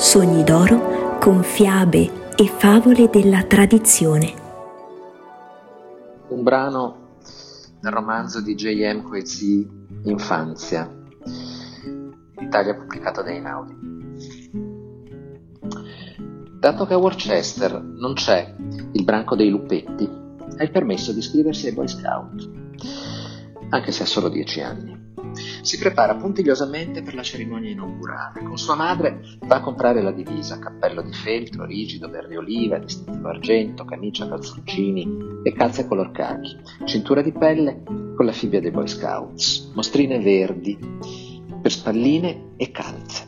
Sogni d'oro con fiabe e favole della tradizione. Un brano dal romanzo di J.M. Coetzee, Infanzia, Italia, pubblicato da Einaudi. Dato che a Worcester non c'è il branco dei lupetti, ha il permesso di iscriversi ai Boy Scout, anche se ha solo 10 anni. Si prepara puntigliosamente per la cerimonia inaugurale. Con sua madre va a comprare la divisa, cappello di feltro, rigido, verde oliva, distintivo argento, camicia, calzoncini e calze color cachi, cintura di pelle con la fibbia dei Boy Scouts, mostrine verdi per spalline e calze.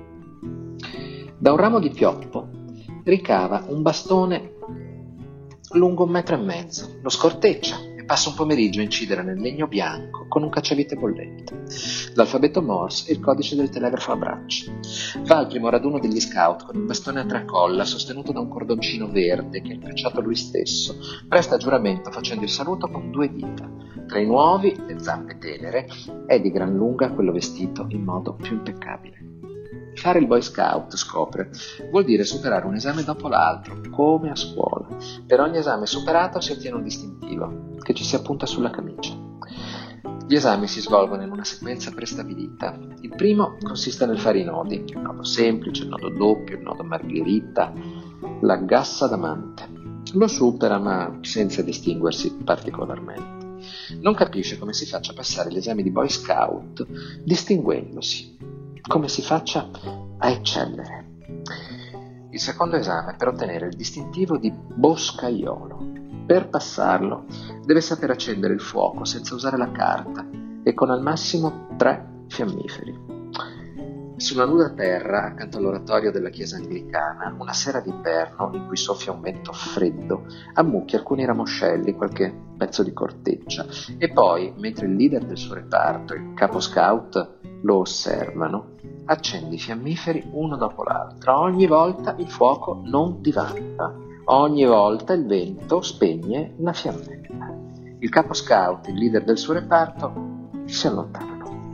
Da un ramo di pioppo ricava un bastone lungo 1,5 metri, lo scorteccia e passa un pomeriggio a incidere nel legno bianco con un cacciavite bollente. L'alfabeto Morse e il codice del telegrafo a braccia. Va al primo raduno degli scout con il bastone a tracolla sostenuto da un cordoncino verde che ha intrecciato lui stesso. Presta giuramento facendo il saluto con 2 dita. Tra i nuovi, le zampe tenere, è di gran lunga quello vestito in modo più impeccabile. Fare il Boy Scout, scopre, vuol dire superare un esame dopo l'altro, come a scuola. Per ogni esame superato si ottiene un distintivo, che ci si appunta sulla camicia. Gli esami si svolgono in una sequenza prestabilita. Il primo consiste nel fare i nodi, il nodo semplice, il nodo doppio, il nodo margherita, la gassa d'amante. Lo supera, ma senza distinguersi particolarmente. Non capisce come si faccia a passare gli esami di Boy Scout distinguendosi, come si faccia a eccellere. Il secondo esame è per ottenere il distintivo di boscaiolo. Per passarlo deve saper accendere il fuoco senza usare la carta e con al massimo 3 fiammiferi. Sulla nuda terra, accanto all'oratorio della chiesa anglicana, una sera d'inverno in cui soffia un vento freddo, ammucchia alcuni ramoscelli, qualche pezzo di corteccia e poi, mentre il leader del suo reparto, il capo scout, lo osservano, accende i fiammiferi uno dopo l'altro. Ogni volta il fuoco non divanta, ogni volta il vento spegne la fiammella. Il capo scout e il leader del suo reparto si allontanano.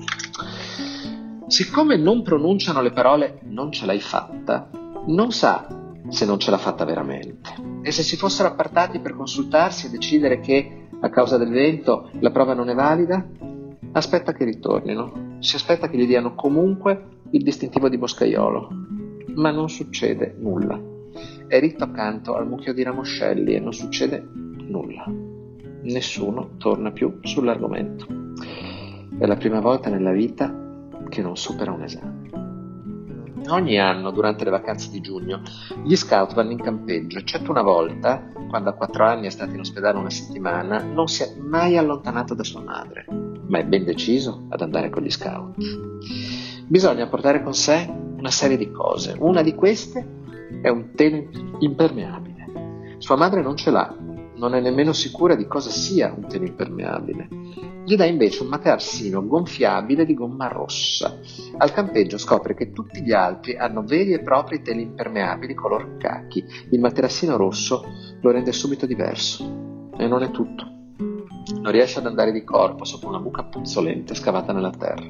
Siccome non pronunciano le parole "non ce l'hai fatta", non sa se non ce l'ha fatta veramente. E se si fossero appartati per consultarsi e decidere che, a causa del vento, la prova non è valida, aspetta che ritornino. Si aspetta che gli diano comunque il distintivo di boscaiolo. Ma non succede nulla. È ritto accanto al mucchio di ramoscelli e non succede nulla. Nessuno torna più sull'argomento. È la prima volta nella vita che non supera un esame. Ogni anno, durante le vacanze di giugno, gli scout vanno in campeggio, eccetto una volta, quando a 4 anni è stato in ospedale una settimana, non si è mai allontanato da sua madre, ma è ben deciso ad andare con gli scout. Bisogna portare con sé una serie di cose. Una di queste è un telo impermeabile. Sua madre non ce l'ha, non è nemmeno sicura di cosa sia un telo impermeabile. Gli dà invece un materassino gonfiabile di gomma rossa. Al campeggio scopre che tutti gli altri hanno veri e propri teli impermeabili color cachi. Il materassino rosso lo rende subito diverso. E non è tutto. Non riesce ad andare di corpo sopra una buca puzzolente scavata nella terra.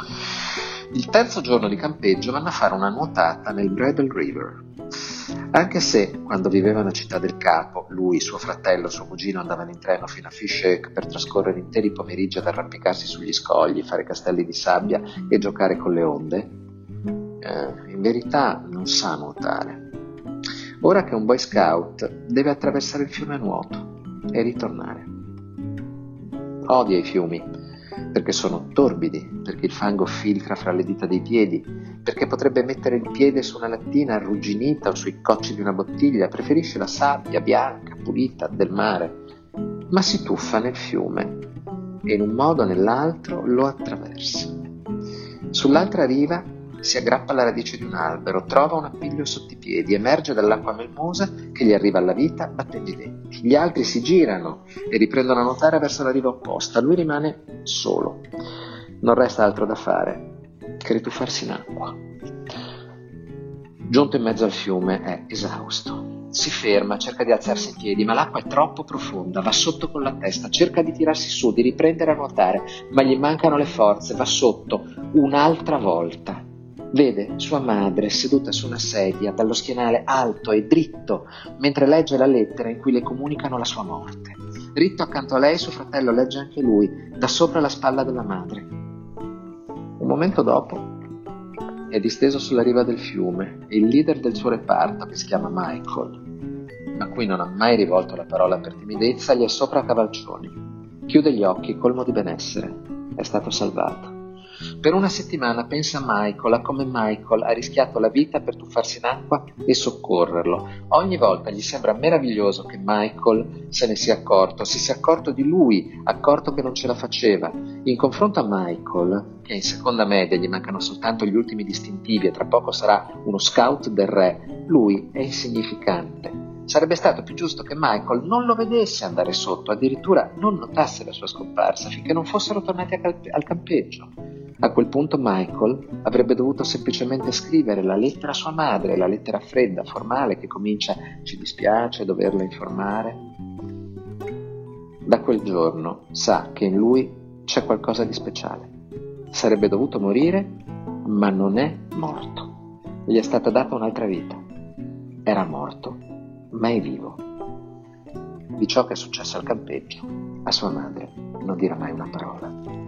Il terzo giorno di campeggio vanno a fare una nuotata nel Bradle River. Anche se, quando vivevano a Città del Capo, lui, suo fratello, suo cugino andavano in treno fino a Fishhook per trascorrere interi pomeriggi ad arrampicarsi sugli scogli, fare castelli di sabbia e giocare con le onde, in verità non sa nuotare. Ora che è un Boy Scout, deve attraversare il fiume a nuoto e ritornare. Odia i fiumi, perché sono torbidi, perché il fango filtra fra le dita dei piedi, perché potrebbe mettere il piede su una lattina arrugginita o sui cocci di una bottiglia. Preferisce la sabbia bianca, pulita, del mare, ma si tuffa nel fiume e in un modo o nell'altro lo attraversa. Sull'altra riva si aggrappa alla radice di un albero, trova un appiglio sotto i piedi, emerge dall'acqua melmosa che gli arriva alla vita battendo i denti. Gli altri si girano e riprendono a nuotare verso la riva opposta. Lui rimane solo. Non resta altro da fare che rituffarsi in acqua. Giunto in mezzo al fiume è esausto. Si ferma, cerca di alzarsi in piedi, ma l'acqua è troppo profonda, va sotto con la testa, cerca di tirarsi su, di riprendere a nuotare, ma gli mancano le forze, va sotto un'altra volta. Vede sua madre seduta su una sedia dallo schienale alto e dritto mentre legge la lettera in cui le comunicano la sua morte. Ritto accanto a lei, suo fratello legge anche lui, da sopra la spalla della madre. Un momento dopo è disteso sulla riva del fiume e il leader del suo reparto, che si chiama Michael, a cui non ha mai rivolto la parola per timidezza, gli è sopra a cavalcioni. Chiude gli occhi, colmo di benessere. È stato salvato. Per una settimana pensa a Michael, a come Michael ha rischiato la vita per tuffarsi in acqua e soccorrerlo. Ogni volta gli sembra meraviglioso che Michael se ne sia accorto, si sia accorto di lui, accorto che non ce la faceva. In confronto a Michael, che è in seconda media, gli mancano soltanto gli ultimi distintivi e tra poco sarà uno scout del re, lui è insignificante. Sarebbe stato più giusto che Michael non lo vedesse andare sotto, addirittura non notasse la sua scomparsa, finché non fossero tornati al campeggio. A quel punto Michael avrebbe dovuto semplicemente scrivere la lettera a sua madre, la lettera fredda, formale, che comincia «Ci dispiace doverla informare». Da quel giorno sa che in lui c'è qualcosa di speciale. Sarebbe dovuto morire, ma non è morto. Gli è stata data un'altra vita. Era morto, ma è vivo. Di ciò che è successo al campeggio, a sua madre non dirà mai una parola.